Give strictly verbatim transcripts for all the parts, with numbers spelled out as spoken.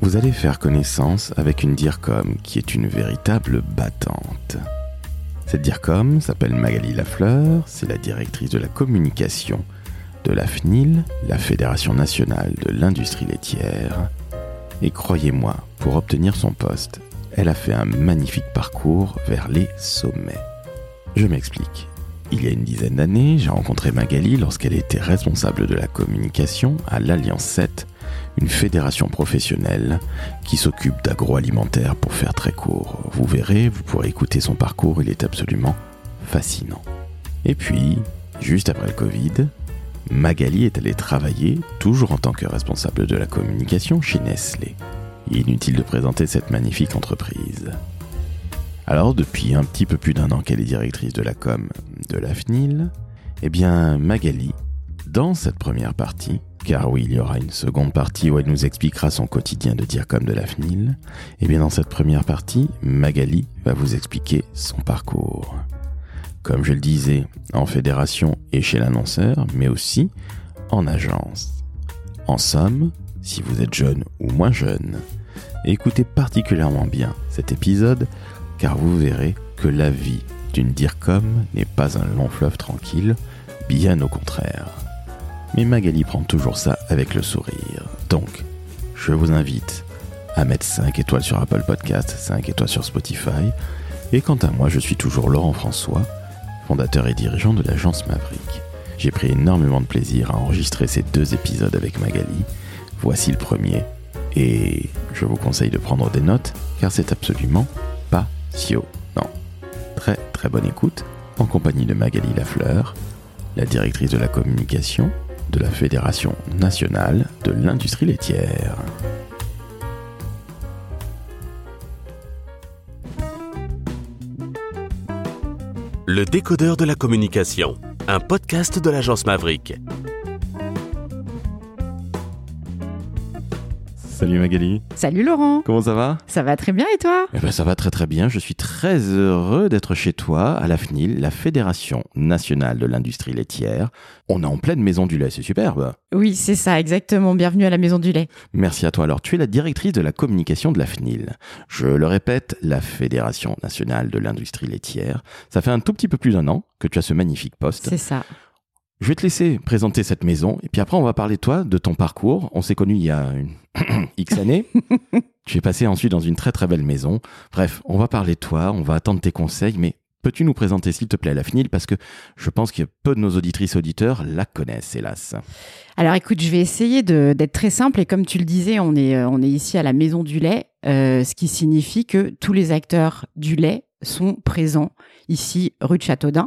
Vous allez faire connaissance avec une DIRCOM qui est une véritable battante. Cette DIRCOM s'appelle Magali Lafleur, c'est la directrice de la communication de la F N I L, la Fédération nationale de l'industrie laitière. Et croyez-moi, pour obtenir son poste, elle a fait un magnifique parcours vers les sommets. Je m'explique. Il y a une dizaine d'années, j'ai rencontré Magali lorsqu'elle était responsable de la communication à l'Alliance sept, une fédération professionnelle qui s'occupe d'agroalimentaire pour faire très court. Vous verrez, vous pourrez écouter son parcours, il est absolument fascinant. Et puis, juste après le Covid, Magali est allée travailler, toujours en tant que responsable de la communication, chez Nestlé. Inutile de présenter cette magnifique entreprise. Alors, depuis un petit peu plus d'un an qu'elle est directrice de la com de la F N I L, eh bien, Magali, dans cette première partie, car oui, il y aura une seconde partie où elle nous expliquera son quotidien de DIRCOM de la F N I L, eh bien, dans cette première partie, Magali va vous expliquer son parcours. Comme je le disais, en fédération et chez l'annonceur, mais aussi en agence. En somme, si vous êtes jeune ou moins jeune, écoutez particulièrement bien cet épisode, car vous verrez que la vie d'une DIRCOM n'est pas un long fleuve tranquille, bien au contraire. Mais Magali prend toujours ça avec le sourire. Donc, je vous invite à mettre cinq étoiles sur Apple Podcast, cinq étoiles sur Spotify. Et quant à moi, je suis toujours Laurent François, fondateur et dirigeant de l'agence Maverick. J'ai pris énormément de plaisir à enregistrer ces deux épisodes avec Magali. Voici le premier. Et je vous conseille de prendre des notes, car c'est absolument passionnant. Très très bonne écoute, en compagnie de Magali Lafleur, la directrice de la communication de la Fédération nationale de l'industrie laitière. Le décodeur de la communication, un podcast de l'agence Maverick. Salut Magali. Salut Laurent. Comment ça va ? Ça va très bien et toi ? Eh ben ça va très très bien. Je suis très heureux d'être chez toi à la F N I L, la Fédération nationale de l'industrie laitière. On est en pleine maison du lait, c'est superbe. Oui, c'est ça, exactement. Bienvenue à la maison du lait. Merci à toi. Alors, tu es la directrice de la communication de la F N I L. Je le répète, la Fédération nationale de l'industrie laitière. Ça fait un tout petit peu plus d'un an que tu as ce magnifique poste. C'est ça. Je vais te laisser présenter cette maison et puis après on va parler de toi, de ton parcours. On s'est connus il y a une X années. Tu es passé ensuite dans une très très belle maison. Bref, on va parler de toi, on va attendre tes conseils, mais peux-tu nous présenter s'il te plaît la F N I L parce que je pense que peu de nos auditrices et auditeurs la connaissent, hélas. Alors écoute, je vais essayer de, d'être très simple et comme tu le disais, on est, on est ici à la maison du lait, euh, ce qui signifie que tous les acteurs du lait sont présents ici, rue de Châteaudun.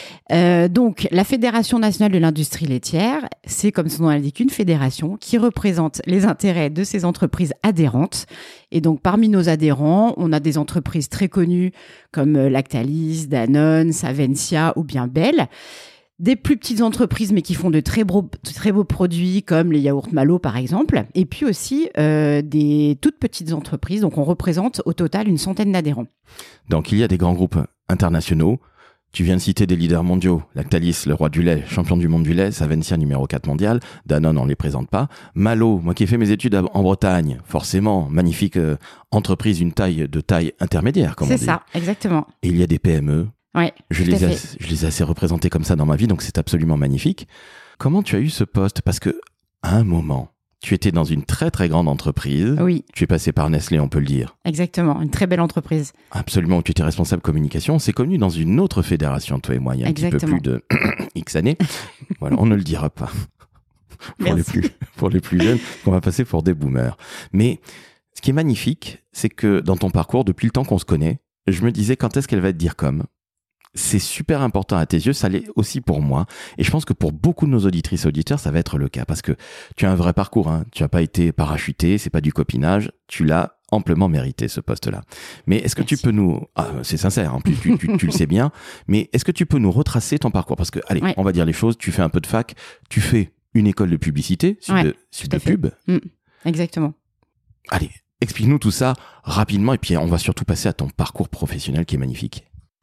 Euh, donc, la Fédération nationale de l'industrie laitière, c'est comme son nom l'indique une fédération qui représente les intérêts de ces entreprises adhérentes. Et donc, parmi nos adhérents, on a des entreprises très connues comme Lactalis, Danone, Savencia ou bien Bell. Des plus petites entreprises, mais qui font de très beaux, très beaux produits, comme les yaourts Malo, par exemple. Et puis aussi euh, des toutes petites entreprises. Donc, on représente au total une centaine d'adhérents. Donc, il y a des grands groupes internationaux. Tu viens de citer des leaders mondiaux. Lactalis, le roi du lait, champion du monde du lait. Savencia, numéro quatre mondial. Danone, on ne les présente pas. Malo, moi qui ai fait mes études en Bretagne, forcément, magnifique euh, entreprise, une taille de taille intermédiaire, comme on dit. C'est ça, exactement. Et il y a des P M E. Ouais, je, les ai, je les ai assez représentés comme ça dans ma vie, donc c'est absolument magnifique. Comment tu as eu ce poste ? Parce que à un moment, tu étais dans une très très grande entreprise. Oui. Tu es passé par Nestlé, on peut le dire. Exactement, une très belle entreprise. Absolument, tu étais responsable communication. On s'est connus dans une autre fédération, toi et moi, il y a un Exactement. petit peu plus de X années. Voilà, on ne le dira pas. pour, les plus, pour les plus jeunes, on va passer pour des boomers. Mais ce qui est magnifique, c'est que dans ton parcours, depuis le temps qu'on se connaît, je me disais quand est-ce qu'elle va être DIRCOM ? C'est super important à tes yeux, ça l'est aussi pour moi. Et je pense que pour beaucoup de nos auditrices et auditeurs, ça va être le cas. Parce que tu as un vrai parcours, hein. Tu n'as pas été parachuté, c'est pas du copinage. Tu l'as amplement mérité, ce poste-là. Mais est-ce que Merci. tu peux nous... Ah, c'est sincère, en plus, tu, tu, tu le sais bien. Mais est-ce que tu peux nous retracer ton parcours ? Parce que, allez, Ouais. on va dire les choses. Tu fais un peu de fac, tu fais une école de publicité, suite Ouais, de, suite tout à de fait. pub. Mmh, exactement. Allez, explique-nous tout ça rapidement. Et puis, on va surtout passer à ton parcours professionnel qui est magnifique.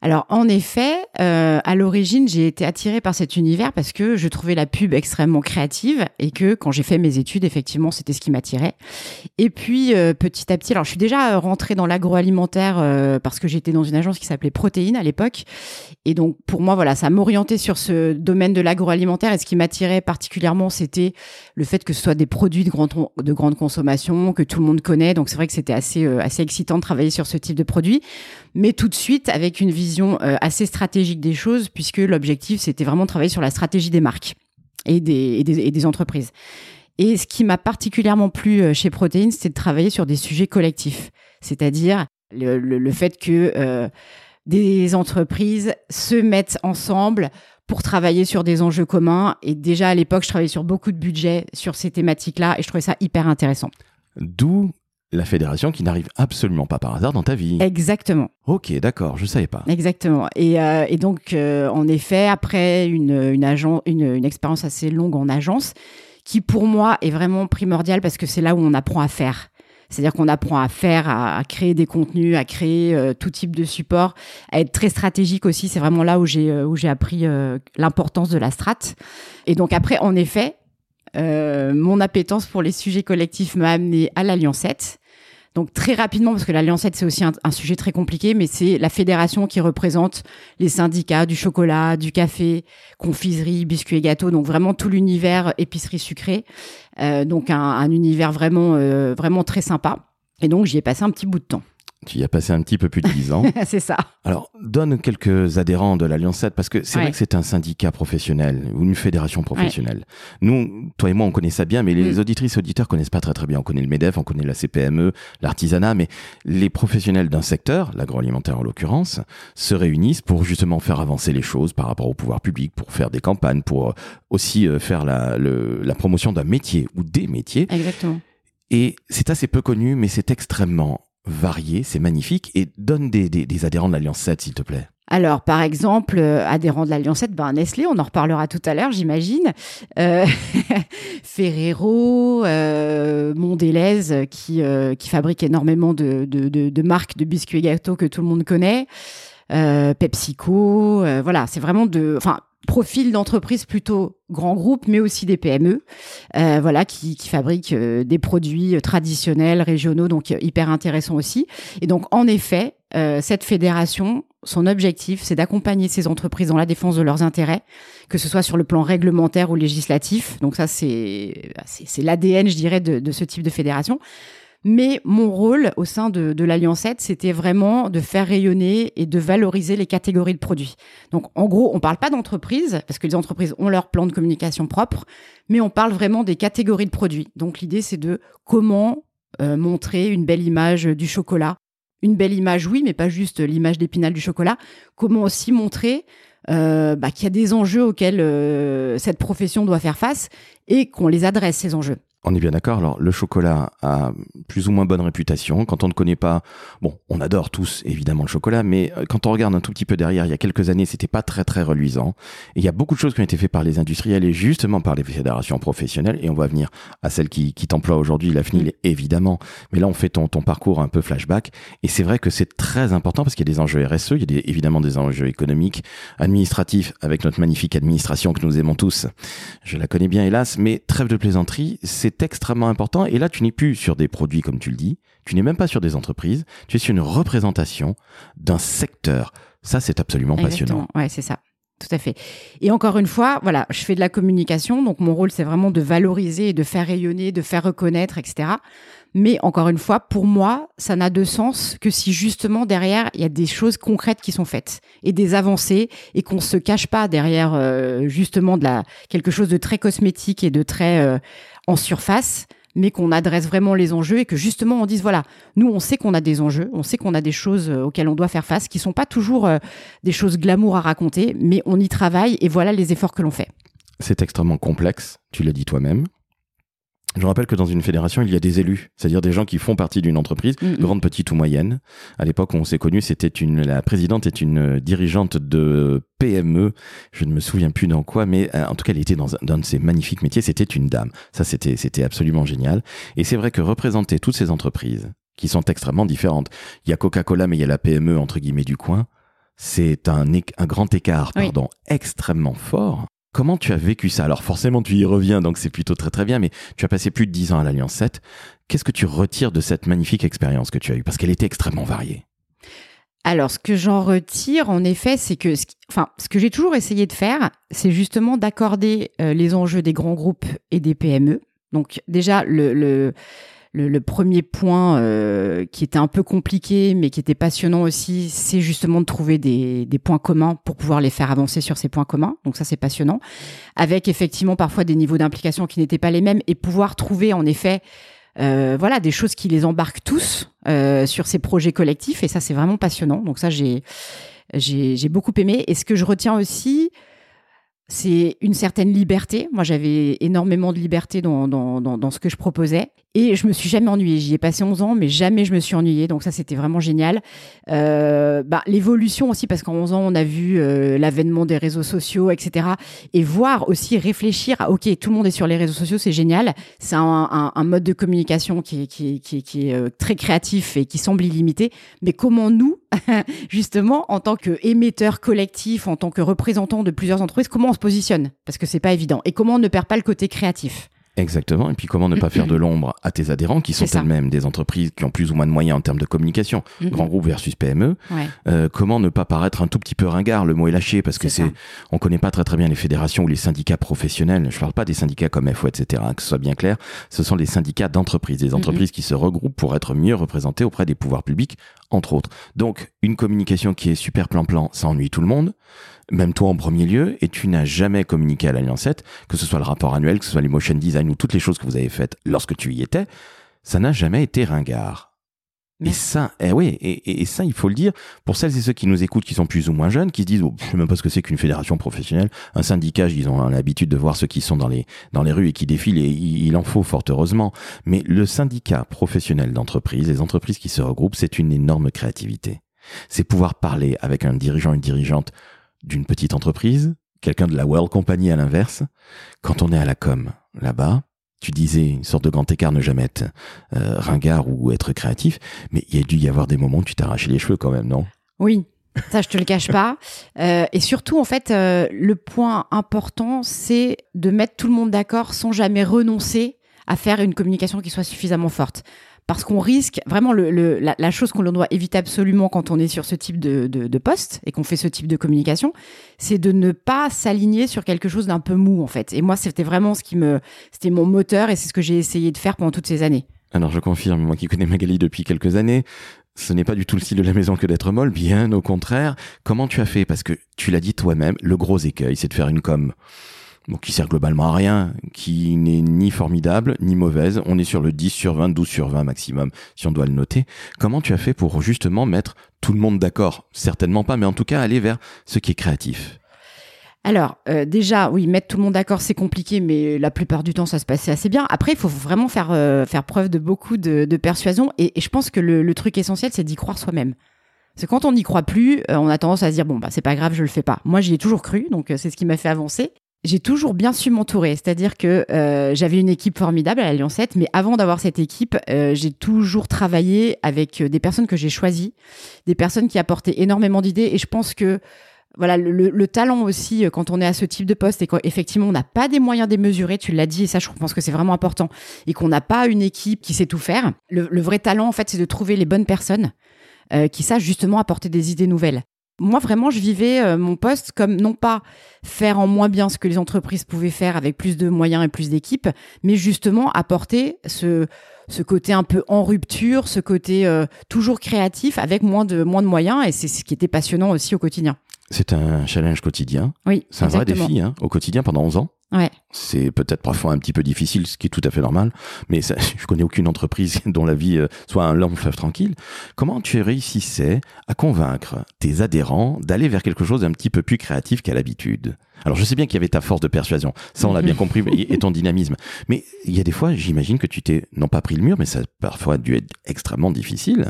Alors, en effet, euh, à l'origine, j'ai été attirée par cet univers parce que je trouvais la pub extrêmement créative et que quand j'ai fait mes études, effectivement, c'était ce qui m'attirait. Et puis, euh, petit à petit, alors je suis déjà rentrée dans l'agroalimentaire euh, parce que j'étais dans une agence qui s'appelait Protéines à l'époque. Et donc, pour moi, voilà, ça m'orientait sur ce domaine de l'agroalimentaire. Et ce qui m'attirait particulièrement, c'était le fait que ce soit des produits de grande, de grande consommation, que tout le monde connaît. Donc, c'est vrai que c'était assez, euh, assez excitant de travailler sur ce type de produit. Mais tout de suite, avec une vision euh, assez stratégique des choses, puisque l'objectif, c'était vraiment de travailler sur la stratégie des marques et des, et des, et des entreprises. Et ce qui m'a particulièrement plu chez Protéines, c'est de travailler sur des sujets collectifs. C'est-à-dire le, le, le fait que euh, des entreprises se mettent ensemble pour travailler sur des enjeux communs. Et déjà, à l'époque, je travaillais sur beaucoup de budgets sur ces thématiques-là et je trouvais ça hyper intéressant. D'où la fédération qui n'arrive absolument pas par hasard dans ta vie. Exactement. Ok, d'accord, je ne savais pas. Exactement. Et, euh, et donc, euh, en effet, après une, une, agent, une, une expérience assez longue en agence, qui pour moi est vraiment primordiale parce que c'est là où on apprend à faire. C'est-à-dire qu'on apprend à faire, à, à créer des contenus, à créer euh, tout type de support, à être très stratégique aussi. C'est vraiment là où j'ai, euh, où j'ai appris euh, l'importance de la strat. Et donc après, en effet, euh, mon appétence pour les sujets collectifs m'a amené à l'Alliance sept. Donc très rapidement, parce que l'Alliance sept, c'est aussi un, un sujet très compliqué, mais c'est la fédération qui représente les syndicats du chocolat, du café, confiserie, biscuits et gâteaux, donc vraiment tout l'univers épicerie sucrée. Euh, donc un, un univers vraiment, euh, vraiment très sympa. Et donc j'y ai passé un petit bout de temps. Tu y as passé un petit peu plus de dix ans. C'est ça. Alors, donne quelques adhérents de l'Alliance sept, parce que c'est ouais. vrai que c'est un syndicat professionnel, ou une fédération professionnelle. Ouais. Nous, toi et moi, on connaît ça bien, mais les mmh. auditrices et auditeurs connaissent pas très très bien. On connaît le MEDEF, on connaît la C P M E, l'artisanat, mais les professionnels d'un secteur, l'agroalimentaire en l'occurrence, se réunissent pour justement faire avancer les choses par rapport au pouvoir public, pour faire des campagnes, pour aussi faire la, le, la promotion d'un métier ou des métiers. Exactement. Et c'est assez peu connu, mais c'est extrêmement varié, c'est magnifique. Et donne des, des, des adhérents de l'Alliance sept, s'il te plaît. Alors, par exemple, euh, adhérents de l'Alliance sept, ben Nestlé, on en reparlera tout à l'heure, j'imagine. Euh, Ferrero, euh, Mondelez, qui, euh, qui fabrique énormément de, de, de, de marques de biscuits et gâteaux que tout le monde connaît. Euh, PepsiCo, euh, voilà, c'est vraiment de... Enfin, profil d'entreprise plutôt grands groupes, mais aussi des P M E, euh, voilà, qui, qui fabriquent euh, des produits traditionnels, régionaux, donc euh, hyper intéressants aussi. Et donc, en effet, euh, cette fédération, son objectif, c'est d'accompagner ces entreprises dans la défense de leurs intérêts, que ce soit sur le plan réglementaire ou législatif. Donc ça, c'est, c'est, c'est l'A D N, je dirais, de, de ce type de fédération. Mais mon rôle au sein de, de l'Alliance sept, c'était vraiment de faire rayonner et de valoriser les catégories de produits. Donc, en gros, on ne parle pas d'entreprise, parce que les entreprises ont leur plan de communication propre, mais on parle vraiment des catégories de produits. Donc, l'idée, c'est de comment euh, montrer une belle image du chocolat. Une belle image, oui, mais pas juste l'image d'Épinal du chocolat. Comment aussi montrer euh, bah, qu'il y a des enjeux auxquels euh, cette profession doit faire face et qu'on les adresse, ces enjeux. On est bien d'accord. Alors, le chocolat a plus ou moins bonne réputation. Quand on ne connaît pas, bon, on adore tous évidemment le chocolat, mais quand on regarde un tout petit peu derrière, il y a quelques années, c'était pas très très reluisant. Et il y a beaucoup de choses qui ont été faites par les industriels et justement par les fédérations professionnelles. Et on va venir à celle qui, qui t'emploie aujourd'hui, la F N I L, évidemment. Mais là, on fait ton, ton parcours un peu flashback. Et c'est vrai que c'est très important parce qu'il y a des enjeux R S E, il y a des, évidemment des enjeux économiques, administratifs, avec notre magnifique administration que nous aimons tous. Je la connais bien, hélas, mais trêve de plaisanterie, c'est extrêmement important. Et là, tu n'es plus sur des produits, comme tu le dis. Tu n'es même pas sur des entreprises. Tu es sur une représentation d'un secteur. Ça, c'est absolument Exactement. passionnant. Ouais, c'est ça. Tout à fait. Et encore une fois, voilà, je fais de la communication. Donc, mon rôle, c'est vraiment de valoriser, de faire rayonner, de faire reconnaître, et cetera. Mais encore une fois, pour moi, ça n'a de sens que si justement derrière, il y a des choses concrètes qui sont faites et des avancées et qu'on se cache pas derrière euh, justement de la, quelque chose de très cosmétique et de très euh, en surface, mais qu'on adresse vraiment les enjeux et que justement on dise voilà, nous on sait qu'on a des enjeux, on sait qu'on a des choses auxquelles on doit faire face, qui sont pas toujours euh, des choses glamour à raconter, mais on y travaille et voilà les efforts que l'on fait. C'est extrêmement complexe, tu l'as dit toi-même. Je rappelle que dans une fédération, il y a des élus, c'est-à-dire des gens qui font partie d'une entreprise, mmh. grande, petite ou moyenne. À l'époque où on s'est connus, c'était une, la présidente est une dirigeante de P M E. Je ne me souviens plus dans quoi, mais euh, en tout cas, elle était dans un, dans de ces magnifiques métiers. C'était une dame. Ça, c'était, c'était absolument génial. Et c'est vrai que représenter toutes ces entreprises qui sont extrêmement différentes. Il y a Coca-Cola, mais il y a la P M E, entre guillemets, du coin. C'est un, un grand écart, pardon, oui. extrêmement fort. Comment tu as vécu ça? Alors forcément, tu y reviens, donc c'est plutôt très très bien, mais tu as passé plus de dix ans à l'Alliance sept. Qu'est-ce que tu retires de cette magnifique expérience que tu as eue? Parce qu'elle était extrêmement variée. Alors, ce que j'en retire, en effet, c'est que, ce, enfin, ce que j'ai toujours essayé de faire, c'est justement d'accorder euh, les enjeux des grands groupes et des P M E. Donc déjà, le... le Le, le premier point euh, qui était un peu compliqué, mais qui était passionnant aussi, c'est justement de trouver des, des points communs pour pouvoir les faire avancer sur ces points communs. Donc ça, c'est passionnant. Avec effectivement parfois des niveaux d'implication qui n'étaient pas les mêmes et pouvoir trouver en effet euh, voilà, des choses qui les embarquent tous euh, sur ces projets collectifs. Et ça, c'est vraiment passionnant. Donc ça, j'ai, j'ai, j'ai beaucoup aimé. Et ce que je retiens aussi, c'est une certaine liberté. Moi, j'avais énormément de liberté dans, dans, dans, dans ce que je proposais. Et je me suis jamais ennuyée. J'y ai passé onze ans, mais jamais je me suis ennuyée. Donc ça, c'était vraiment génial. Euh, bah, l'évolution aussi, parce qu'en onze ans, on a vu euh, l'avènement des réseaux sociaux, et cetera. Et voir aussi réfléchir à, OK, tout le monde est sur les réseaux sociaux, c'est génial. C'est un, un, un mode de communication qui est, qui est, qui est, qui est euh, très créatif et qui semble illimité. Mais comment nous, justement, en tant qu'émetteurs collectifs, en tant que représentants de plusieurs entreprises, comment on se positionne? Parce que c'est pas évident. Et comment on ne perd pas le côté créatif? Exactement. Et puis, comment ne pas faire de l'ombre à tes adhérents qui sont elles-mêmes des entreprises qui ont plus ou moins de moyens en termes de communication, mm-hmm. grand groupe versus P M E. Ouais. Euh, comment ne pas paraître un tout petit peu ringard? Le mot est lâché parce que c'est, c'est on connaît pas très très bien les fédérations ou les syndicats professionnels. Je parle pas des syndicats comme F O, et cetera, que ce soit bien clair. Ce sont les syndicats d'entreprises, des entreprises mm-hmm. qui se regroupent pour être mieux représentées auprès des pouvoirs publics, entre autres. Donc, une communication qui est super plan-plan, ça ennuie tout le monde. Même toi en premier lieu, et tu n'as jamais communiqué à l'Alliance sept, que ce soit le rapport annuel, que ce soit les motion design ou toutes les choses que vous avez faites lorsque tu y étais, ça n'a jamais été ringard. Mais... Et ça, eh oui, et, et, et ça, il faut le dire, pour celles et ceux qui nous écoutent, qui sont plus ou moins jeunes, qui se disent, oh, je sais même pas ce que c'est qu'une fédération professionnelle, un syndicat, ils ont l'habitude de voir ceux qui sont dans les, dans les rues et qui défilent, et il, il en faut fort heureusement. Mais le syndicat professionnel d'entreprise, les entreprises qui se regroupent, c'est une énorme créativité. C'est pouvoir parler avec un dirigeant, une dirigeante d'une petite entreprise, quelqu'un de la World Company à l'inverse. Quand on est à la com, là-bas, tu disais une sorte de grand écart, ne jamais être euh, ringard ou être créatif, mais il y a dû y avoir des moments où tu t'es arraché les cheveux quand même, non? Oui, ça je te le cache pas. Euh, et surtout, en fait, euh, le point important, c'est de mettre tout le monde d'accord sans jamais renoncer à faire une communication qui soit suffisamment forte. Parce qu'on risque, vraiment, le, le, la, la chose qu'on doit éviter absolument quand on est sur ce type de, de, de poste et qu'on fait ce type de communication, c'est de ne pas s'aligner sur quelque chose d'un peu mou, en fait. Et moi, c'était vraiment ce qui me, c'était mon moteur et c'est ce que j'ai essayé de faire pendant toutes ces années. Alors, je confirme, moi qui connais Magali depuis quelques années, ce n'est pas du tout le style de la maison que d'être molle, bien au contraire. Comment tu as fait? Parce que tu l'as dit toi-même, le gros écueil, c'est de faire une com bon, qui sert globalement à rien, qui n'est ni formidable, ni mauvaise. On est sur le dix sur vingt, douze sur vingt maximum, si on doit le noter. Comment tu as fait pour justement mettre tout le monde d'accord? Certainement pas, mais en tout cas aller vers ce qui est créatif. Alors, euh, déjà, oui, mettre tout le monde d'accord, c'est compliqué, mais la plupart du temps, ça se passait assez bien. Après, il faut vraiment faire, euh, faire preuve de beaucoup de, de persuasion. Et, et je pense que le, le truc essentiel, c'est d'y croire soi-même. Parce que quand on n'y croit plus, euh, on a tendance à se dire, bon, bah, c'est pas grave, je le fais pas. Moi, j'y ai toujours cru, donc euh, c'est ce qui m'a fait avancer. J'ai toujours bien su m'entourer, c'est-à-dire que euh, j'avais une équipe formidable à l'Alliance sept, mais avant d'avoir cette équipe, euh, j'ai toujours travaillé avec des personnes que j'ai choisies, des personnes qui apportaient énormément d'idées, et je pense que voilà, le, le, le talent aussi, quand on est à ce type de poste et qu'effectivement on n'a pas des moyens démesurés, tu l'as dit, et ça je pense que c'est vraiment important, et qu'on n'a pas une équipe qui sait tout faire, le, le vrai talent en fait c'est de trouver les bonnes personnes euh, qui sachent justement apporter des idées nouvelles. Moi, vraiment, je vivais euh, mon poste comme non pas faire en moins bien ce que les entreprises pouvaient faire avec plus de moyens et plus d'équipes, mais justement apporter ce, ce côté un peu en rupture, ce côté euh, toujours créatif avec moins de, moins de moyens. Et c'est ce qui était passionnant aussi au quotidien. C'est un challenge quotidien. Oui, c'est un exactement. vrai défi hein, au quotidien pendant onze ans. Ouais. C'est peut-être parfois un petit peu difficile, ce qui est tout à fait normal, mais ça, je connais aucune entreprise dont la vie euh, soit un long fleuve tranquille. Comment tu réussissais à convaincre tes adhérents d'aller vers quelque chose d'un petit peu plus créatif qu'à l'habitude? Alors je sais bien qu'il y avait ta force de persuasion, ça on l'a bien compris, et ton dynamisme, mais il y a des fois, j'imagine que tu t'es non pas pris le mur, mais ça a parfois dû être extrêmement difficile.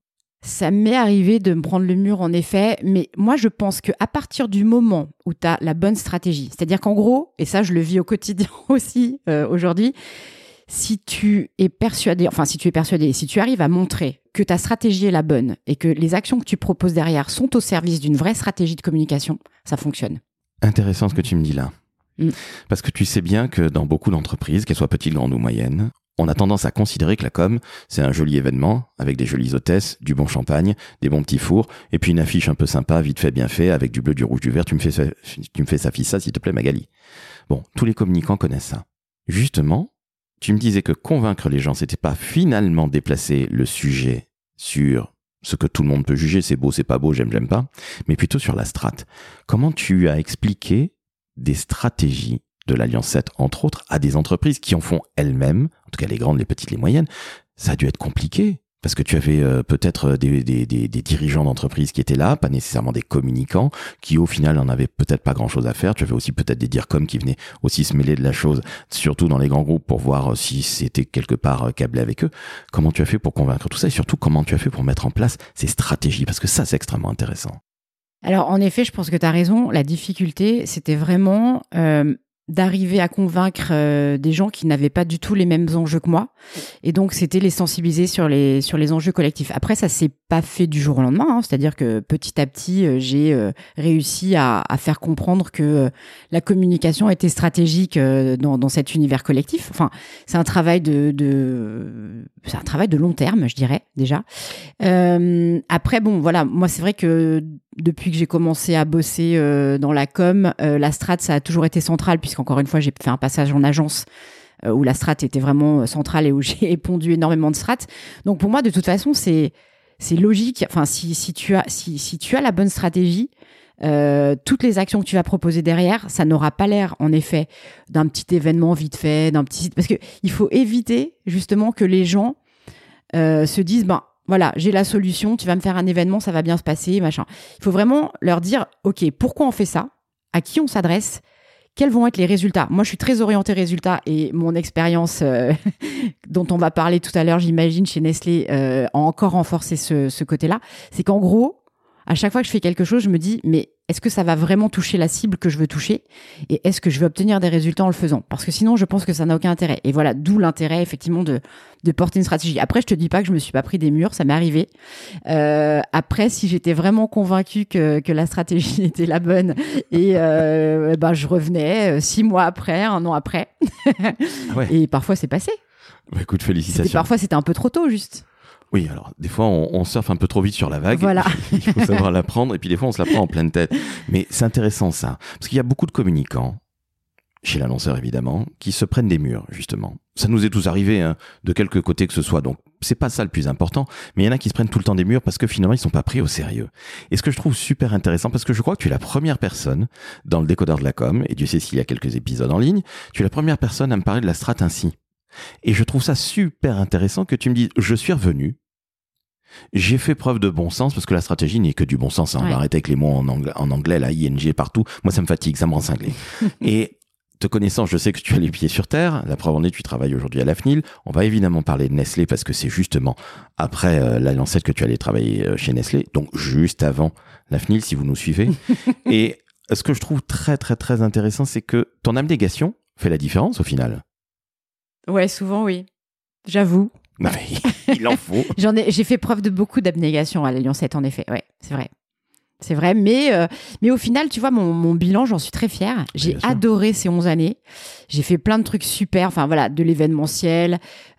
Ça m'est arrivé de me prendre le mur, en effet, mais moi, je pense qu'à partir du moment où tu as la bonne stratégie, c'est-à-dire qu'en gros, et ça, je le vis au quotidien aussi euh, aujourd'hui, si tu es persuadé, enfin si tu es persuadé, si tu arrives à montrer que ta stratégie est la bonne et que les actions que tu proposes derrière sont au service d'une vraie stratégie de communication, ça fonctionne. Intéressant ce que tu me dis là. Mm. Parce que tu sais bien que dans beaucoup d'entreprises, qu'elles soient petites, grandes ou moyennes, on a tendance à considérer que la com, c'est un joli événement avec des jolies hôtesses, du bon champagne, des bons petits fours, et puis une affiche un peu sympa, vite fait, bien fait, avec du bleu, du rouge, du vert. Tu me fais ça, tu me fais ça, fille, ça, s'il te plaît, Magali. Bon, tous les communicants connaissent ça. Justement, tu me disais que convaincre les gens, c'était pas finalement déplacer le sujet sur ce que tout le monde peut juger, c'est beau, c'est pas beau, j'aime, j'aime pas, mais plutôt sur la strate. Comment tu as expliqué des stratégies de l'Alliance sept, entre autres, à des entreprises qui en font elles-mêmes, en tout cas les grandes, les petites, les moyennes? Ça a dû être compliqué. Parce que tu avais euh, peut-être des, des, des, des dirigeants d'entreprise qui étaient là, pas nécessairement des communicants, qui au final n'en avaient peut-être pas grand-chose à faire. Tu avais aussi peut-être des dircoms qui venaient aussi se mêler de la chose, surtout dans les grands groupes, pour voir si c'était quelque part câblé avec eux. Comment tu as fait pour convaincre tout ça? Et surtout, comment tu as fait pour mettre en place ces stratégies? Parce que ça, c'est extrêmement intéressant. Alors, en effet, je pense que tu as raison. La difficulté, c'était vraiment... Euh d'arriver à convaincre euh, des gens qui n'avaient pas du tout les mêmes enjeux que moi. Et donc, c'était les sensibiliser sur les, sur les enjeux collectifs. Après, ça s'est pas fait du jour au lendemain. Hein. C'est-à-dire que petit à petit, euh, j'ai euh, réussi à, à faire comprendre que euh, la communication était stratégique euh, dans, dans cet univers collectif. Enfin, c'est un travail de, de, c'est un travail de long terme, je dirais, déjà. Euh, après, bon, voilà, moi, c'est vrai que depuis que j'ai commencé à bosser euh, dans la com, euh, la strat, ça a toujours été central, puisqu'encore une fois, j'ai fait un passage en agence euh, où la strat était vraiment centrale et où j'ai pondu énormément de strat. Donc pour moi, de toute façon, c'est c'est logique. Enfin, si si tu as si si tu as la bonne stratégie, euh, toutes les actions que tu vas proposer derrière, ça n'aura pas l'air, en effet, d'un petit événement vite fait, d'un petit parce que il faut éviter justement que les gens euh, se disent ben voilà, j'ai la solution, tu vas me faire un événement, ça va bien se passer, machin. Il faut vraiment leur dire, OK, pourquoi on fait ça? À qui on s'adresse? Quels vont être les résultats? Moi, je suis très orientée résultats et mon expérience euh, dont on va parler tout à l'heure, j'imagine, chez Nestlé, euh, a encore renforcé ce, ce côté-là. C'est qu'en gros, à chaque fois que je fais quelque chose, je me dis, mais est-ce que ça va vraiment toucher la cible que je veux toucher? Et est-ce que je vais obtenir des résultats en le faisant? Parce que sinon, je pense que ça n'a aucun intérêt. Et voilà, d'où l'intérêt, effectivement, de, de porter une stratégie. Après, je te dis pas que je me suis pas pris des murs, ça m'est arrivé. Euh, après, si j'étais vraiment convaincue que, que la stratégie était la bonne, et euh, ben, je revenais six mois après, un an après. Ouais. Et parfois, c'est passé. Bah, écoute, félicitations. C'était, parfois, c'était un peu trop tôt, juste. Oui, alors des fois on, on surfe un peu trop vite sur la vague, voilà. Il faut savoir la prendre, et puis des fois on se la prend en pleine tête. Mais c'est intéressant ça, parce qu'il y a beaucoup de communicants, chez l'annonceur évidemment, qui se prennent des murs justement. Ça nous est tous arrivé, hein, de quelque côté que ce soit, donc c'est pas ça le plus important, mais il y en a qui se prennent tout le temps des murs parce que finalement ils sont pas pris au sérieux. Et ce que je trouve super intéressant, parce que je crois que tu es la première personne dans le décodeur de la com, et Dieu sait s'il y a quelques épisodes en ligne, tu es la première personne à me parler de la strat ainsi. Et je trouve ça super intéressant que tu me dises, je suis revenu, j'ai fait preuve de bon sens, parce que la stratégie n'est que du bon sens. Hein. Ouais. On va arrêter avec les mots en anglais, en anglais, la I N G partout. Moi, ça me fatigue, ça me rend cinglé. Et te connaissant, je sais que tu as les pieds sur terre. La preuve en est, tu travailles aujourd'hui à la F N I L. On va évidemment parler de Nestlé, parce que c'est justement après euh, l'Alliance sept que tu allais travailler euh, chez Nestlé. Donc, juste avant la F N I L, si vous nous suivez. Et ce que je trouve très, très, très intéressant, c'est que ton abnégation fait la différence au final. Ouais, souvent, oui. J'avoue. Non, mais il en faut. J'en ai, j'ai fait preuve de beaucoup d'abnégation à l'Alliance sept, en effet. Ouais, c'est vrai. C'est vrai, mais, euh, mais au final, tu vois, mon, mon bilan, j'en suis très fière. J'ai adoré ces onze années. J'ai fait plein de trucs super, enfin voilà, de l'événementiel.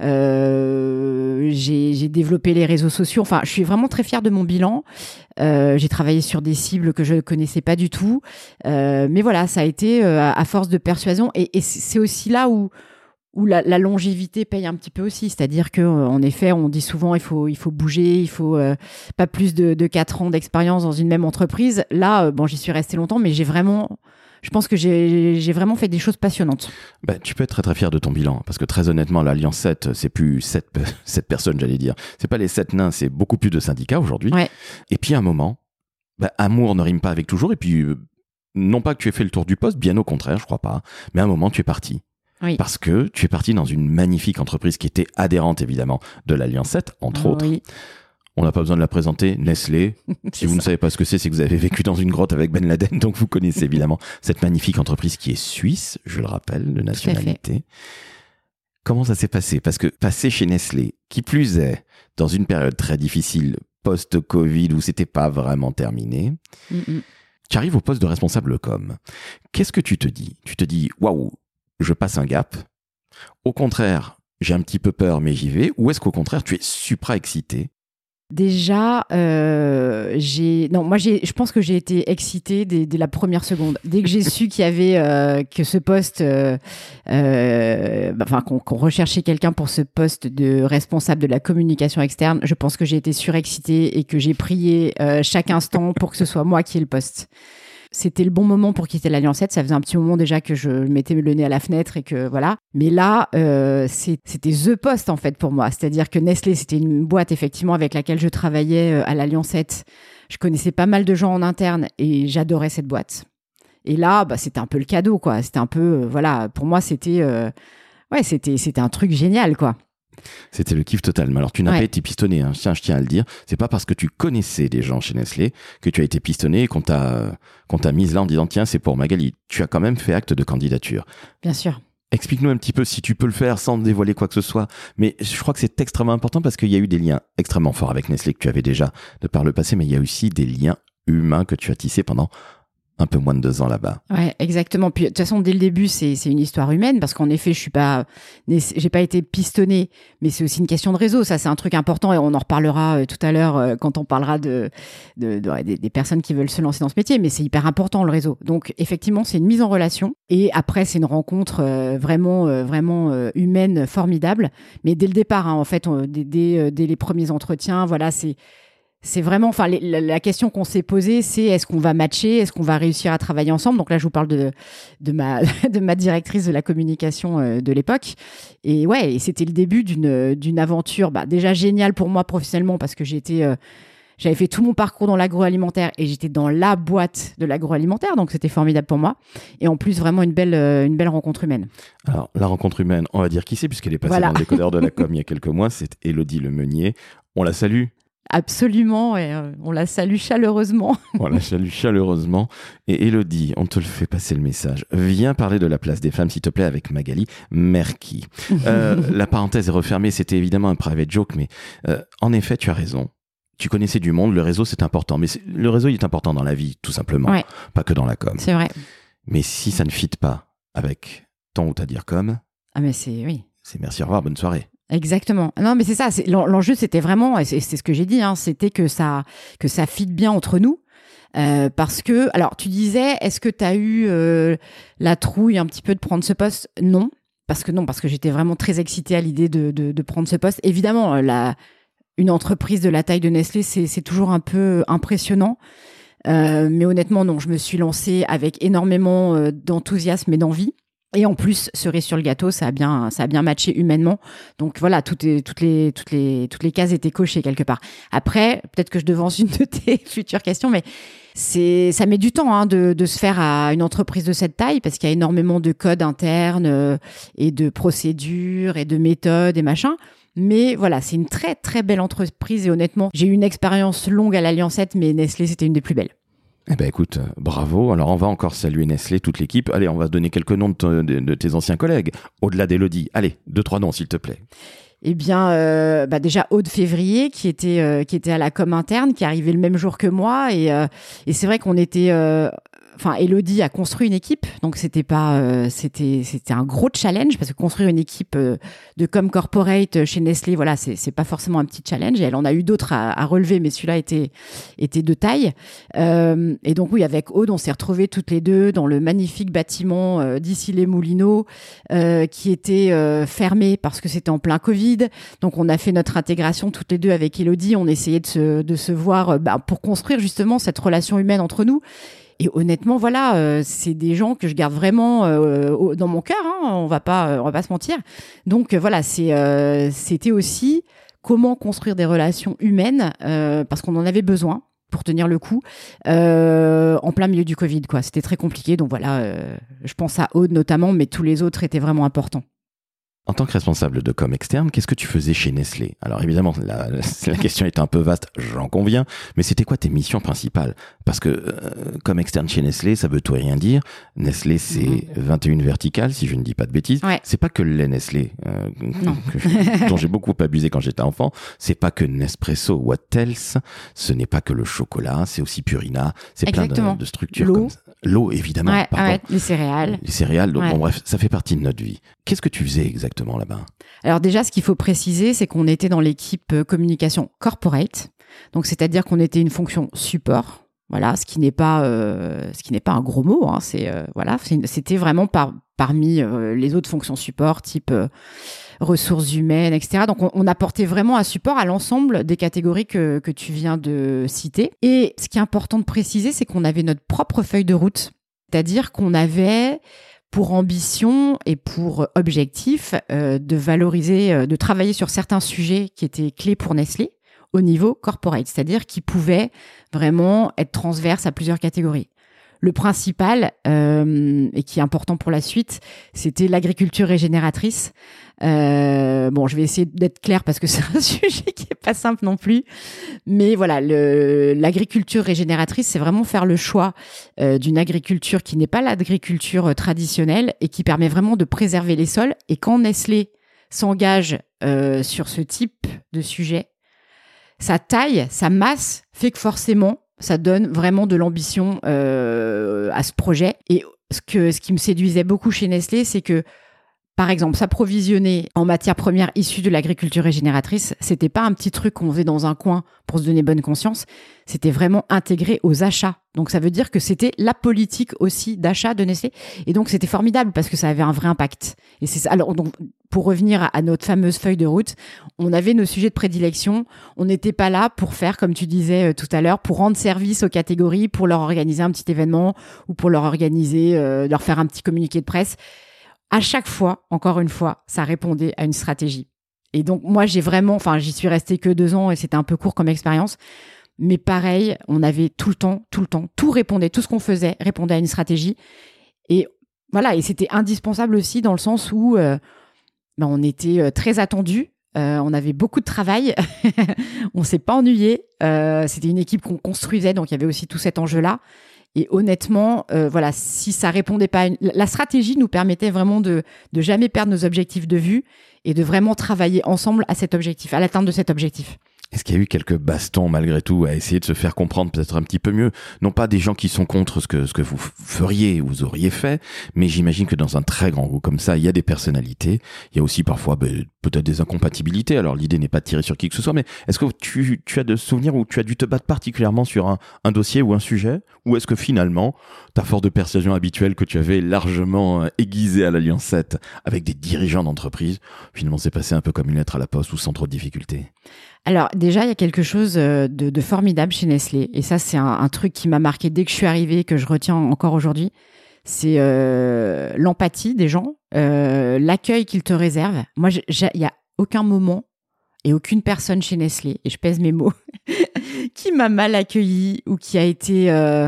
Euh, j'ai, j'ai développé les réseaux sociaux. Enfin, je suis vraiment très fière de mon bilan. Euh, j'ai travaillé sur des cibles que je ne connaissais pas du tout. Euh, mais voilà, ça a été euh, à force de persuasion. Et, et c'est aussi là où... où la, la longévité paye un petit peu aussi. C'est-à-dire que, en effet, on dit souvent il faut, il faut bouger, il faut euh, pas plus de, de quatre ans d'expérience dans une même entreprise. Là, euh, bon, j'y suis restée longtemps, mais j'ai vraiment... Je pense que j'ai, j'ai vraiment fait des choses passionnantes. Bah, tu peux être très très fier de ton bilan, parce que très honnêtement, l'Alliance sept, c'est plus sept, sept personnes, j'allais dire. C'est pas les sept nains, c'est beaucoup plus de syndicats aujourd'hui. Ouais. Et puis à un moment, bah, amour ne rime pas avec toujours, et puis euh, non pas que tu aies fait le tour du poste, bien au contraire, je crois pas, mais à un moment, tu es parti. Oui. Parce que tu es parti dans une magnifique entreprise qui était adhérente évidemment de l'Alliance sept, entre oh, autres. Oui. On n'a pas besoin de la présenter, Nestlé. Si vous ça. ne savez pas ce que c'est, c'est que vous avez vécu dans une grotte avec Ben Laden, donc vous connaissez évidemment cette magnifique entreprise qui est suisse, je le rappelle, de nationalité. Comment ça s'est passé? Parce que passer chez Nestlé, qui plus est, dans une période très difficile, post-Covid, où c'était pas vraiment terminé, mm-hmm. tu arrives au poste de responsable com. Qu'est-ce que tu te dis? Tu te dis, waouh, je passe un gap. Au contraire, j'ai un petit peu peur, mais j'y vais. Ou est-ce qu'au contraire, tu es supra-excité? Déjà, euh, j'ai non, moi j'ai, je pense que j'ai été excitée dès, dès la première seconde. Dès que j'ai su qu'il y avait euh, que ce poste, euh, euh, bah, enfin qu'on, qu'on recherchait quelqu'un pour ce poste de responsable de la communication externe, je pense que j'ai été surexcitée et que j'ai prié euh, chaque instant pour que ce soit moi qui ai le poste. C'était le bon moment pour quitter l'Alliance sept. Ça faisait un petit moment déjà que je mettais le nez à la fenêtre et que voilà. Mais là, euh, c'est, c'était the poste en fait pour moi. C'est-à-dire que Nestlé, c'était une boîte effectivement avec laquelle je travaillais à l'Alliance sept. Je connaissais pas mal de gens en interne et j'adorais cette boîte. Et là, bah, c'était un peu le cadeau, quoi. C'était un peu, euh, voilà, pour moi, c'était, euh, ouais, c'était, c'était un truc génial, quoi. C'était le kiff total. Mais alors, tu n'as ouais. pas été pistonné, hein. Tiens, je tiens à le dire. C'est pas parce que tu connaissais des gens chez Nestlé que tu as été pistonné et qu'on t'a, qu'on t'a mise là en disant, tiens, c'est pour Magali. Tu as quand même fait acte de candidature. Bien sûr. Explique-nous un petit peu si tu peux le faire sans dévoiler quoi que ce soit. Mais je crois que c'est extrêmement important parce qu'il y a eu des liens extrêmement forts avec Nestlé que tu avais déjà de par le passé, mais il y a aussi des liens humains que tu as tissés pendant un peu moins de deux ans là-bas. Ouais, exactement. Puis de toute façon, dès le début, c'est c'est une histoire humaine parce qu'en effet, je suis pas, j'ai pas été pistonnée, mais c'est aussi une question de réseau. Ça, c'est un truc important et on en reparlera euh, tout à l'heure euh, quand on parlera de, de, de des, des personnes qui veulent se lancer dans ce métier. Mais c'est hyper important le réseau. Donc effectivement, c'est une mise en relation et après, c'est une rencontre euh, vraiment, euh, vraiment euh, humaine, formidable. Mais dès le départ, hein, en fait, on, dès, dès, euh, dès les premiers entretiens, voilà, c'est C'est vraiment, enfin, la, la question qu'on s'est posée, c'est est-ce qu'on va matcher, est-ce qu'on va réussir à travailler ensemble? Donc là, je vous parle de de ma de ma directrice de la communication euh, de l'époque. Et ouais, et c'était le début d'une d'une aventure, bah, déjà géniale pour moi professionnellement parce que j'étais euh, j'avais fait tout mon parcours dans l'agroalimentaire et j'étais dans la boîte de l'agroalimentaire, donc c'était formidable pour moi. Et en plus, vraiment une belle euh, une belle rencontre humaine. Alors la rencontre humaine, on va dire qui c'est puisqu'elle est passée voilà. dans le décodeur de la com il y a quelques mois. C'est Élodie Lemeunier. On la salue. Absolument, et euh, on la salue chaleureusement. On la salue chaleureusement. Et Élodie, on te le fait passer le message. Viens parler de la place des femmes, s'il te plaît, avec Magali Merki. Euh, la parenthèse est refermée, c'était évidemment un private joke, mais euh, en effet, tu as raison. Tu connaissais du monde, le réseau c'est important, mais c'est, le réseau il est important dans la vie, tout simplement, ouais. pas que dans la com. C'est vrai. Mais si ça ne fit pas avec ton ou ta DIRCOM, ah mais c'est oui. C'est merci, au revoir, bonne soirée. Exactement. Non, mais c'est ça. C'est, l'enjeu, c'était vraiment, et c'est, c'est ce que j'ai dit, hein, c'était que ça, que ça fit bien entre nous. Euh, parce que, alors, tu disais, est-ce que tu as eu euh, la trouille un petit peu de prendre ce poste? Non. Parce que non, parce que j'étais vraiment très excitée à l'idée de, de, de prendre ce poste. Évidemment, la, une entreprise de la taille de Nestlé, c'est, c'est toujours un peu impressionnant. Euh, mais honnêtement, non, je me suis lancée avec énormément euh, d'enthousiasme et d'envie. Et en plus, cerise sur le gâteau, ça a bien, ça a bien matché humainement. Donc voilà, toutes les, toutes les, toutes les, toutes les cases étaient cochées quelque part. Après, peut-être que je devance une de tes futures questions, mais c'est, ça met du temps hein, de, de se faire à une entreprise de cette taille parce qu'il y a énormément de codes internes euh, et de procédures et de méthodes et machin. Mais voilà, c'est une très très belle entreprise et honnêtement, j'ai eu une expérience longue à l'Alliance sept, mais Nestlé, c'était une des plus belles. Eh ben écoute, euh, bravo. Alors on va encore saluer Nestlé, toute l'équipe. Allez, on va donner quelques noms de, te, de, de tes anciens collègues. Au-delà d'Élodie, allez, deux, trois noms s'il te plaît. Eh bien, euh, bah déjà Aude Février, qui était euh, qui était à la com interne, qui arrivait le même jour que moi, et euh, et c'est vrai qu'on était, euh, enfin, Élodie a construit une équipe, donc c'était pas, euh, c'était c'était un gros challenge parce que construire une équipe euh, de com corporate chez Nestlé, voilà, c'est c'est pas forcément un petit challenge. Et elle en a eu d'autres à, à relever, mais celui-là était était de taille. Euh, et donc oui, avec Aude, on s'est retrouvés toutes les deux dans le magnifique bâtiment euh, d'Issy-les-Moulineaux, euh, qui était euh, fermé parce que c'était en plein Covid. Donc on a fait notre intégration toutes les deux avec Élodie. On essayait de se de se voir euh, bah, pour construire justement cette relation humaine entre nous. Et honnêtement, voilà, euh, c'est des gens que je garde vraiment euh, dans mon cœur. Hein, on va pas, euh, on va pas se mentir. Donc euh, voilà, c'est, euh, c'était aussi comment construire des relations humaines euh, parce qu'on en avait besoin pour tenir le coup euh, en plein milieu du Covid, quoi. C'était très compliqué. Donc voilà, euh, je pense à Aude notamment, mais tous les autres étaient vraiment importants. En tant que responsable de com externe, qu'est-ce que tu faisais chez Nestlé? Alors évidemment, la, la question est un peu vaste, j'en conviens, mais c'était quoi tes missions principales? Parce que euh, com externe chez Nestlé, ça veut tout et rien dire. Nestlé, c'est mmh. vingt et une verticales, si je ne dis pas de bêtises. Ouais. C'est pas que le lait Nestlé, euh, que, dont j'ai beaucoup abusé quand j'étais enfant. C'est pas que Nespresso, What Else. Ce n'est pas que le chocolat, c'est aussi Purina. C'est Exactement. plein de, de structures L'eau. comme ça. L'eau, évidemment. Ouais, pardon. ouais, les céréales. Les céréales, donc Ouais. bon bref, ça fait partie de notre vie. Qu'est-ce que tu faisais exactement là-bas? Alors déjà, ce qu'il faut préciser, c'est qu'on était dans l'équipe communication corporate. Donc, c'est-à-dire qu'on était une fonction support. Voilà, ce qui n'est pas, euh, ce qui n'est pas un gros mot. Hein, c'est euh, voilà, c'est, c'était vraiment par, parmi euh, les autres fonctions support, type euh, ressources humaines, et cetera. Donc, on, on apportait vraiment un support à l'ensemble des catégories que, que tu viens de citer. Et ce qui est important de préciser, c'est qu'on avait notre propre feuille de route. C'est-à-dire qu'on avait pour ambition et pour objectif euh, de valoriser, euh, de travailler sur certains sujets qui étaient clés pour Nestlé au niveau corporate, c'est-à-dire qui pouvaient vraiment être transverses à plusieurs catégories. Le principal, euh, et qui est important pour la suite, c'était l'agriculture régénératrice. Euh, bon, je vais essayer d'être claire parce que c'est un sujet qui est pas simple non plus. Mais voilà, le, l'agriculture régénératrice, c'est vraiment faire le choix euh, d'une agriculture qui n'est pas l'agriculture traditionnelle et qui permet vraiment de préserver les sols. Et quand Nestlé s'engage euh, sur ce type de sujet, sa taille, sa masse fait que forcément, ça donne vraiment de l'ambition euh, à ce projet. Et ce, que, ce qui me séduisait beaucoup chez Nestlé, c'est que, par exemple, s'approvisionner en matières premières issues de l'agriculture régénératrice, c'était pas un petit truc qu'on faisait dans un coin pour se donner bonne conscience, c'était vraiment intégré aux achats. Donc ça veut dire que c'était la politique aussi d'achat de Nestlé. Et donc c'était formidable parce que ça avait un vrai impact. Et c'est ça. Alors donc, pour revenir à, à notre fameuse feuille de route, on avait nos sujets de prédilection. On n'était pas là pour faire, comme tu disais euh, tout à l'heure, pour rendre service aux catégories, pour leur organiser un petit événement ou pour leur organiser, euh, leur faire un petit communiqué de presse. À chaque fois, encore une fois, ça répondait à une stratégie. Et donc, moi, j'ai vraiment, enfin, j'y suis restée que deux ans et c'était un peu court comme expérience. Mais pareil, on avait tout le temps, tout le temps, tout répondait, tout ce qu'on faisait répondait à une stratégie. Et voilà, et c'était indispensable aussi dans le sens où euh, ben, on était très attendus. Euh, on avait beaucoup de travail. On s'est pas ennuyé. Euh, c'était une équipe qu'on construisait, donc il y avait aussi tout cet enjeu-là. Et honnêtement, euh, voilà, si ça répondait pas à une... La stratégie nous permettait vraiment de, de jamais perdre nos objectifs de vue et de vraiment travailler ensemble à cet objectif, à l'atteinte de cet objectif. Est-ce qu'il y a eu quelques bastons malgré tout à essayer de se faire comprendre peut-être un petit peu mieux? Non pas des gens qui sont contre ce que, ce que vous feriez ou vous auriez fait, mais j'imagine que dans un très grand groupe comme ça, il y a des personnalités, il y a aussi parfois ben, peut-être des incompatibilités. Alors l'idée n'est pas de tirer sur qui que ce soit, mais est-ce que tu, tu as de souvenirs où tu as dû te battre particulièrement sur un, un dossier ou un sujet? Ou est-ce que finalement, ta force de persuasion habituelle que tu avais largement aiguisée à l'Alliance sept avec des dirigeants d'entreprise, finalement c'est passé un peu comme une lettre à la poste ou sans trop de difficultés? Alors déjà, il y a quelque chose de, de formidable chez Nestlé. Et ça, c'est un, un truc qui m'a marqué dès que je suis arrivée, que je retiens encore aujourd'hui. C'est euh, l'empathie des gens, euh, l'accueil qu'ils te réservent. Moi, il n'y a aucun moment et aucune personne chez Nestlé, et je pèse mes mots, qui m'a mal accueilli ou qui a été euh,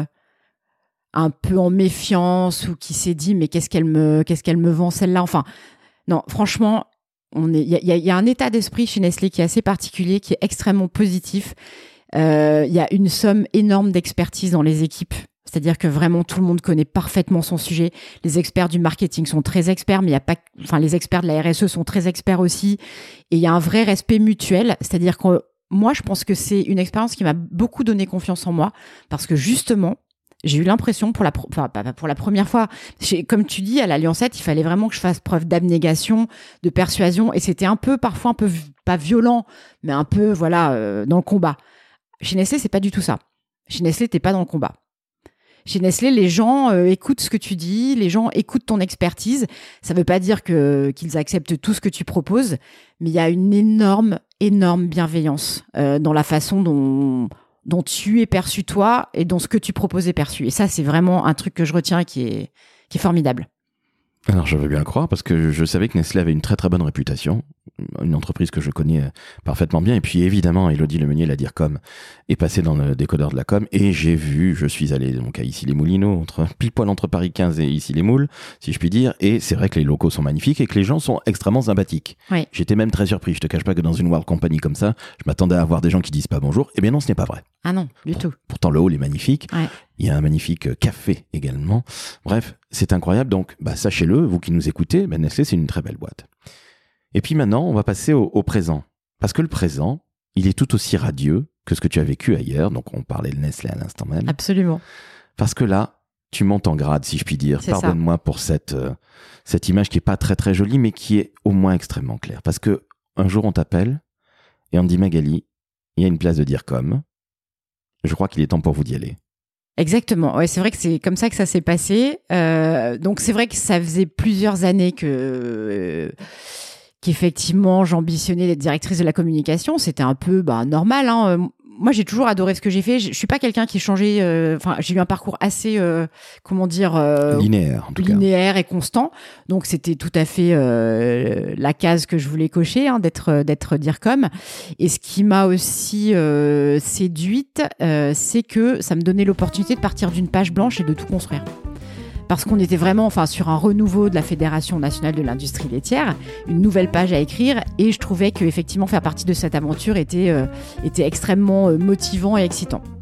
un peu en méfiance ou qui s'est dit « mais qu'est-ce qu'elle me, qu'est-ce qu'elle me vend celle-là ?» Enfin, non, franchement... Il y, y, y a un état d'esprit chez Nestlé qui est assez particulier, qui est extrêmement positif. Il euh, y a une somme énorme d'expertise dans les équipes. C'est-à-dire que vraiment, tout le monde connaît parfaitement son sujet. Les experts du marketing sont très experts, mais il y a pas, enfin, les experts de la R S E sont très experts aussi. Et il y a un vrai respect mutuel. C'est-à-dire que moi, je pense que c'est une expérience qui m'a beaucoup donné confiance en moi parce que justement, j'ai eu l'impression pour la, pro- enfin, pour la première fois, comme tu dis, à l'Alliance sept, il fallait vraiment que je fasse preuve d'abnégation, de persuasion, et c'était un peu, parfois un peu, pas violent, mais un peu, voilà, euh, dans le combat. Chez Nestlé, c'est pas du tout ça. Chez Nestlé, t'es pas dans le combat. Chez Nestlé, les gens euh, écoutent ce que tu dis, les gens écoutent ton expertise. Ça veut pas dire que, qu'ils acceptent tout ce que tu proposes, mais il y a une énorme, énorme bienveillance euh, dans la façon dont... dont tu es perçu toi et dont ce que tu proposes est perçu. Et ça, c'est vraiment un truc que je retiens qui est, qui est formidable. Alors je veux bien le croire parce que je savais que Nestlé avait une très très bonne réputation, une entreprise que je connais parfaitement bien, et puis évidemment Élodie Lemeunier, la DIRCOM, est passée dans le décodeur de la com, et j'ai vu, je suis allé donc à Issy-les-Moulineaux, entre, pile poil entre Paris quinze et Issy-les-Moules, si je puis dire, et c'est vrai que les locaux sont magnifiques et que les gens sont extrêmement sympathiques. Oui. J'étais même très surpris, je te cache pas que dans une World Company comme ça, je m'attendais à avoir des gens qui disent pas bonjour, et bien non, ce n'est pas vrai. Ah non, du Pour, tout. Pourtant le hall est magnifique. Ouais. Il y a un magnifique café également. Bref, c'est incroyable. Donc, bah, sachez-le, vous qui nous écoutez, bah, Nestlé, c'est une très belle boîte. Et puis maintenant, on va passer au, au présent. Parce que le présent, il est tout aussi radieux que ce que tu as vécu ailleurs. Donc, on parlait de Nestlé à l'instant même. Absolument. Parce que là, tu montes en grade, si je puis dire. C'est Pardonne-moi ça. pour cette, euh, cette image qui est pas très très jolie, mais qui est au moins extrêmement claire. Parce que un jour, on t'appelle et on te dit, Magali, il y a une place de DIRCOM. Je crois qu'il est temps pour vous d'y aller. Exactement. Ouais, c'est vrai que c'est comme ça que ça s'est passé. Euh, donc c'est vrai que ça faisait plusieurs années que euh, qu'effectivement j'ambitionnais d'être directrice de la communication. C'était un peu bah, normal. Hein. Moi, j'ai toujours adoré ce que j'ai fait. Je, je suis pas quelqu'un qui changeait. Enfin, euh, j'ai eu un parcours assez, euh, comment dire, euh, linéaire, en tout linéaire cas. et constant. Donc, c'était tout à fait euh, la case que je voulais cocher, hein, d'être d'être DIRCOM. Et ce qui m'a aussi euh, séduite, euh, c'est que ça me donnait l'opportunité de partir d'une page blanche et de tout construire. Parce qu'on était vraiment enfin, sur un renouveau de la Fédération nationale de l'industrie laitière, une nouvelle page à écrire, et je trouvais qu'effectivement faire partie de cette aventure était, euh, était extrêmement motivant et excitant.